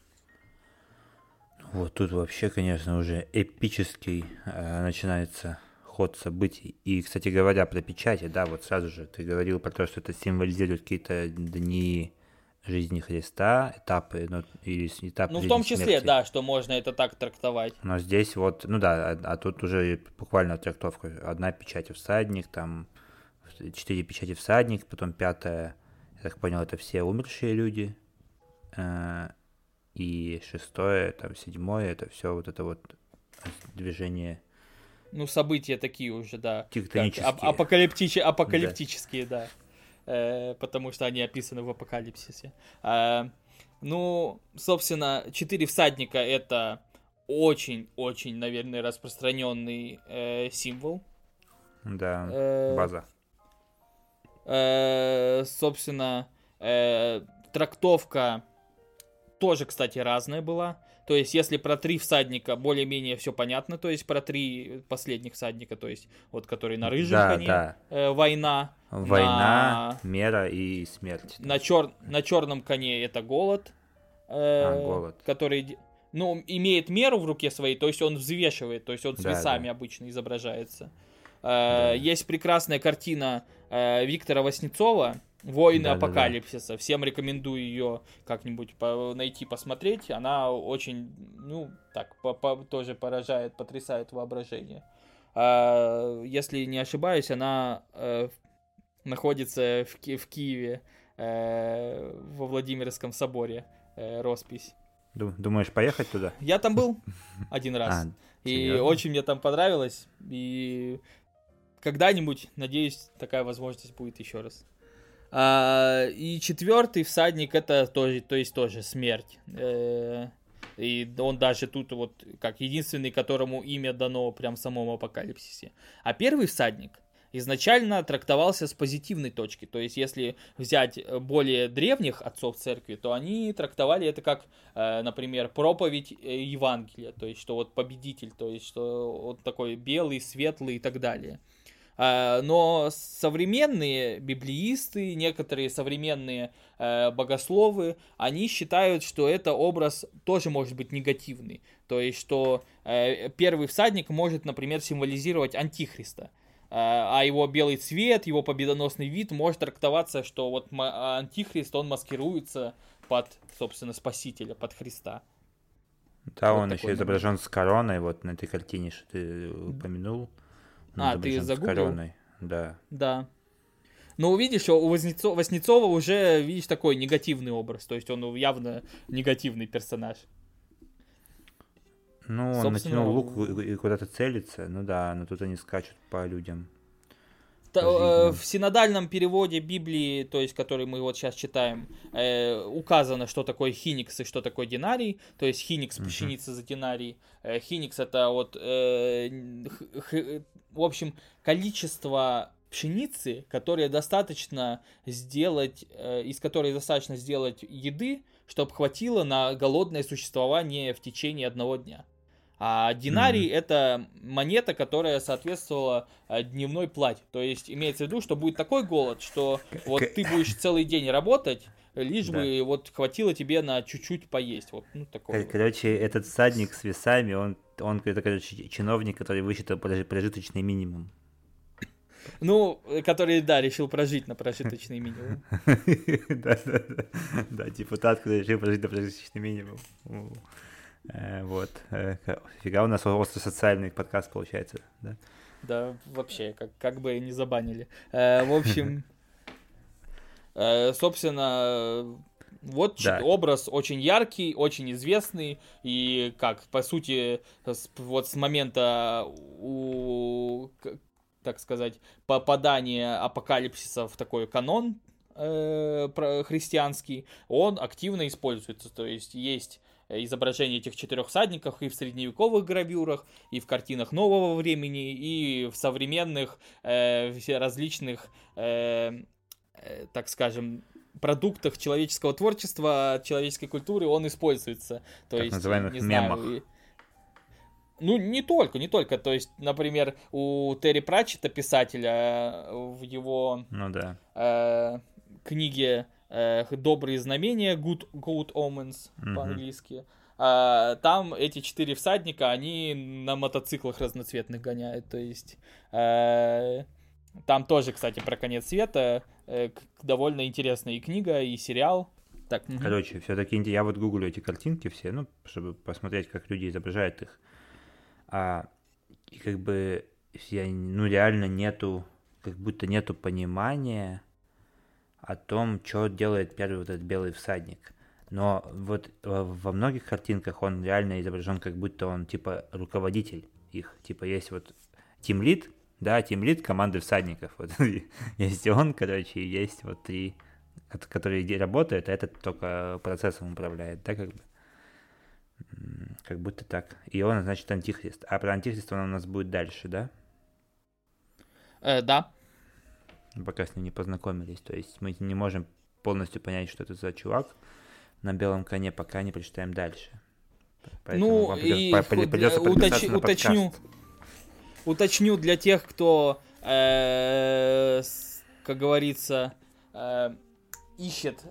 Вот тут вообще, конечно, уже эпический э, начинается ход событий. И, кстати говоря, про печати, да, вот сразу же ты говорил про то, что это символизирует какие-то дни жизни Христа, этапы, ну, или этапы Ну, в жизни том числе, смерти. да, что можно это так трактовать. Но здесь вот, ну да, а, а тут уже буквально трактовка. Одна печать всадник, там четыре печати всадник, потом пятая, я так понял, это все умершие люди. Э, и шестое, там седьмое, это все вот это вот движение. Ну, события такие уже, да. Тектонические. Как, ап- апокалиптич- апокалиптические, да. да. Э, потому что они описаны в апокалипсисе. Э, ну, собственно, четыре всадника — это очень-очень, наверное, распространенный э, символ. Да, Э, база. Э, собственно, э, трактовка тоже, кстати, разная была. То есть, если про три всадника более-менее все понятно, то есть про три последних всадника, то есть вот который на рыжем Да, коне, да. э, война, Война, на, мера и смерть. на, чер, на черном коне это голод, э, А, голод. который, ну, имеет меру в руке своей, то есть он взвешивает, то есть он с Да, весами да. обычно изображается. Э, Да. Есть прекрасная картина э, Виктора Васнецова «Воины Да, да, да. апокалипсиса». Всем рекомендую ее как-нибудь по- найти, посмотреть. Она очень, ну, так, по- по- тоже поражает, потрясает воображение. А, если не ошибаюсь, она э, находится в, Ки- в Киеве, э, во Владимирском соборе, э, роспись. Ду- Думаешь, поехать туда? Я там был один раз. А, И серьезно? очень мне там понравилось. И когда-нибудь, надеюсь, такая возможность будет еще раз. А, и четвертый всадник — это тоже, то есть тоже смерть. Э, и он даже тут вот как единственный, которому имя дано прям в самом апокалипсисе. А первый всадник изначально трактовался с позитивной точки. То есть, если взять более древних отцов церкви, то они трактовали это как, э, например, проповедь э, Евангелия. То есть, что вот победитель, то есть, что он такой белый, светлый и так далее. Э, но современные библеисты, некоторые современные э, богословы, они считают, что это образ тоже может быть негативный. То есть, что э, первый всадник может, например, символизировать антихриста. А его белый цвет, его победоносный вид может трактоваться, что вот антихрист, он маскируется под, собственно, Спасителя, под Христа. Да, вот он еще изображен момент. С короной, вот на этой картине, что ты упомянул. Он а, ты загуглил? С короной, да. Да. Но увидишь, у Вознецова, Вознецова уже, видишь, такой негативный образ, то есть он явно негативный персонаж. Ну, он Собственно, натянул лук и куда-то целится, ну да, но тут они скачут по людям. Та, э, в синодальном переводе Библии, то есть, который мы вот сейчас читаем, э, указано, что такое хиникс и что такое динарий. То есть хиникс, пшеница за динарий. Э, хиникс это вот, э, х, х, в общем, количество пшеницы, которое достаточно сделать, э, из которой достаточно сделать еды, чтобы хватило на голодное существование в течение одного дня. А динарий mm-hmm. это монета, которая соответствовала дневной плате. То есть имеется в виду, что будет такой голод, что вот ты будешь целый день работать, лишь да. бы вот хватило тебе на чуть-чуть поесть. Вот, ну, такой короче, вот. Этот всадник с весами, он, он это, короче, чиновник, который высчитал прожиточный минимум. Ну, который, да, решил прожить на прожиточный минимум. Да, депутат, который решил прожить на прожиточный минимум. Вот. Фига у нас остросоциальный подкаст получается, да? Да, вообще, как, как бы не забанили. Э, в общем, э, собственно, вот да. образ очень яркий, очень известный, и как, по сути, с, вот с момента, у, так сказать, попадания апокалипсиса в такой канон э, христианский, он активно используется, то есть есть изображение этих четырех всадников и в средневековых гравюрах, и в картинах нового времени, и в современных э, различных, э, э, так скажем, продуктах человеческого творчества, человеческой культуры он используется. То так есть, называемых не мемах. Знаю, ну, не только, не только. То есть, например, у Терри Пратчетта, писателя, в его ну, да. э, книге «Добрые знамения», Good, Good Omens mm-hmm. по-английски. А, там эти четыре всадника, они на мотоциклах разноцветных гоняют. То есть а, там тоже, кстати, про конец света а, довольно интересная и книга, и сериал. Так, короче, угу. все-таки я вот гуглю эти картинки все, ну, чтобы посмотреть, как люди изображают их. А, и как бы я, ну, реально нету, как будто нету понимания о том, что делает первый вот этот белый всадник. Но вот во многих картинках он реально изображен, как будто он типа руководитель их. Типа есть вот тимлид, да, тимлид команды всадников. Вот. Есть он, короче, и есть вот три, которые работают, а этот только процессом управляет, да, как бы. Как будто так. И он, значит, антихрист. А про антихриста он у нас будет дальше, да? Э, да. Пока с ним не познакомились. То есть мы не можем полностью понять, что это за чувак на белом коне, пока не прочитаем дальше. Поэтому ну, вам и придется уточ... на уточню, уточню для тех, кто, э, как говорится, э, ищет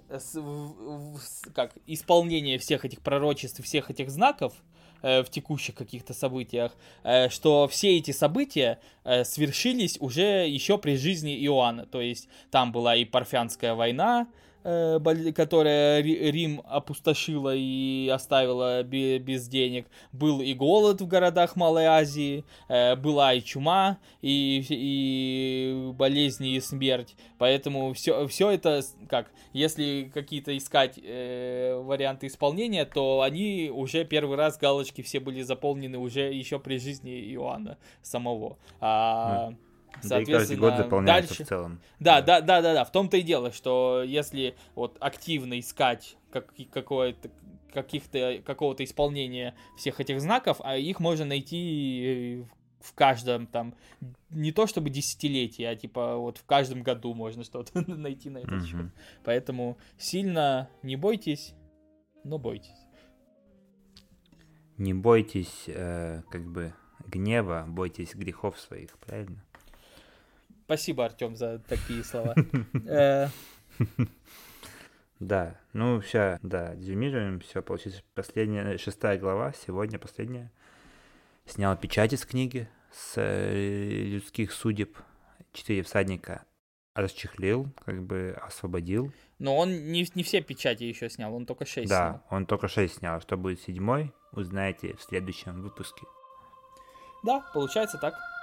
как, исполнение всех этих пророчеств, всех этих знаков в текущих каких-то событиях, что все эти события свершились уже еще при жизни Иоанна. То есть там была и Парфянская война, которая Рим опустошила и оставила без денег. Был и голод в городах Малой Азии, была и чума, и, и болезни, и смерть. Поэтому все, все это, как, если какие-то искать э, варианты исполнения, то они уже первый раз, галочки все были заполнены уже еще при жизни Иоанна самого. А... Mm. Соответственно, да, год заполняется дальше... в целом. Да, да, да, да, да. В том-то и дело, что если вот активно искать как, какое-то, каких-то, какого-то исполнения всех этих знаков, а их можно найти в каждом там, не то чтобы десятилетие, а типа вот в каждом году можно что-то найти на этот счет. Поэтому сильно не бойтесь, но бойтесь. Не бойтесь, э, как бы, гнева, бойтесь грехов своих, правильно? Спасибо, Артем, за такие слова. Да, ну все, да, резюмируем, все, получится последняя, шестая глава, сегодня последняя. Снял печать из книги с э, людских судеб, четыре всадника расчехлил, как бы освободил. Но он не, не все печати еще снял, он только шесть Да, снял. он только шесть снял. Что будет седьмой, узнаете в следующем выпуске. Да, получается так.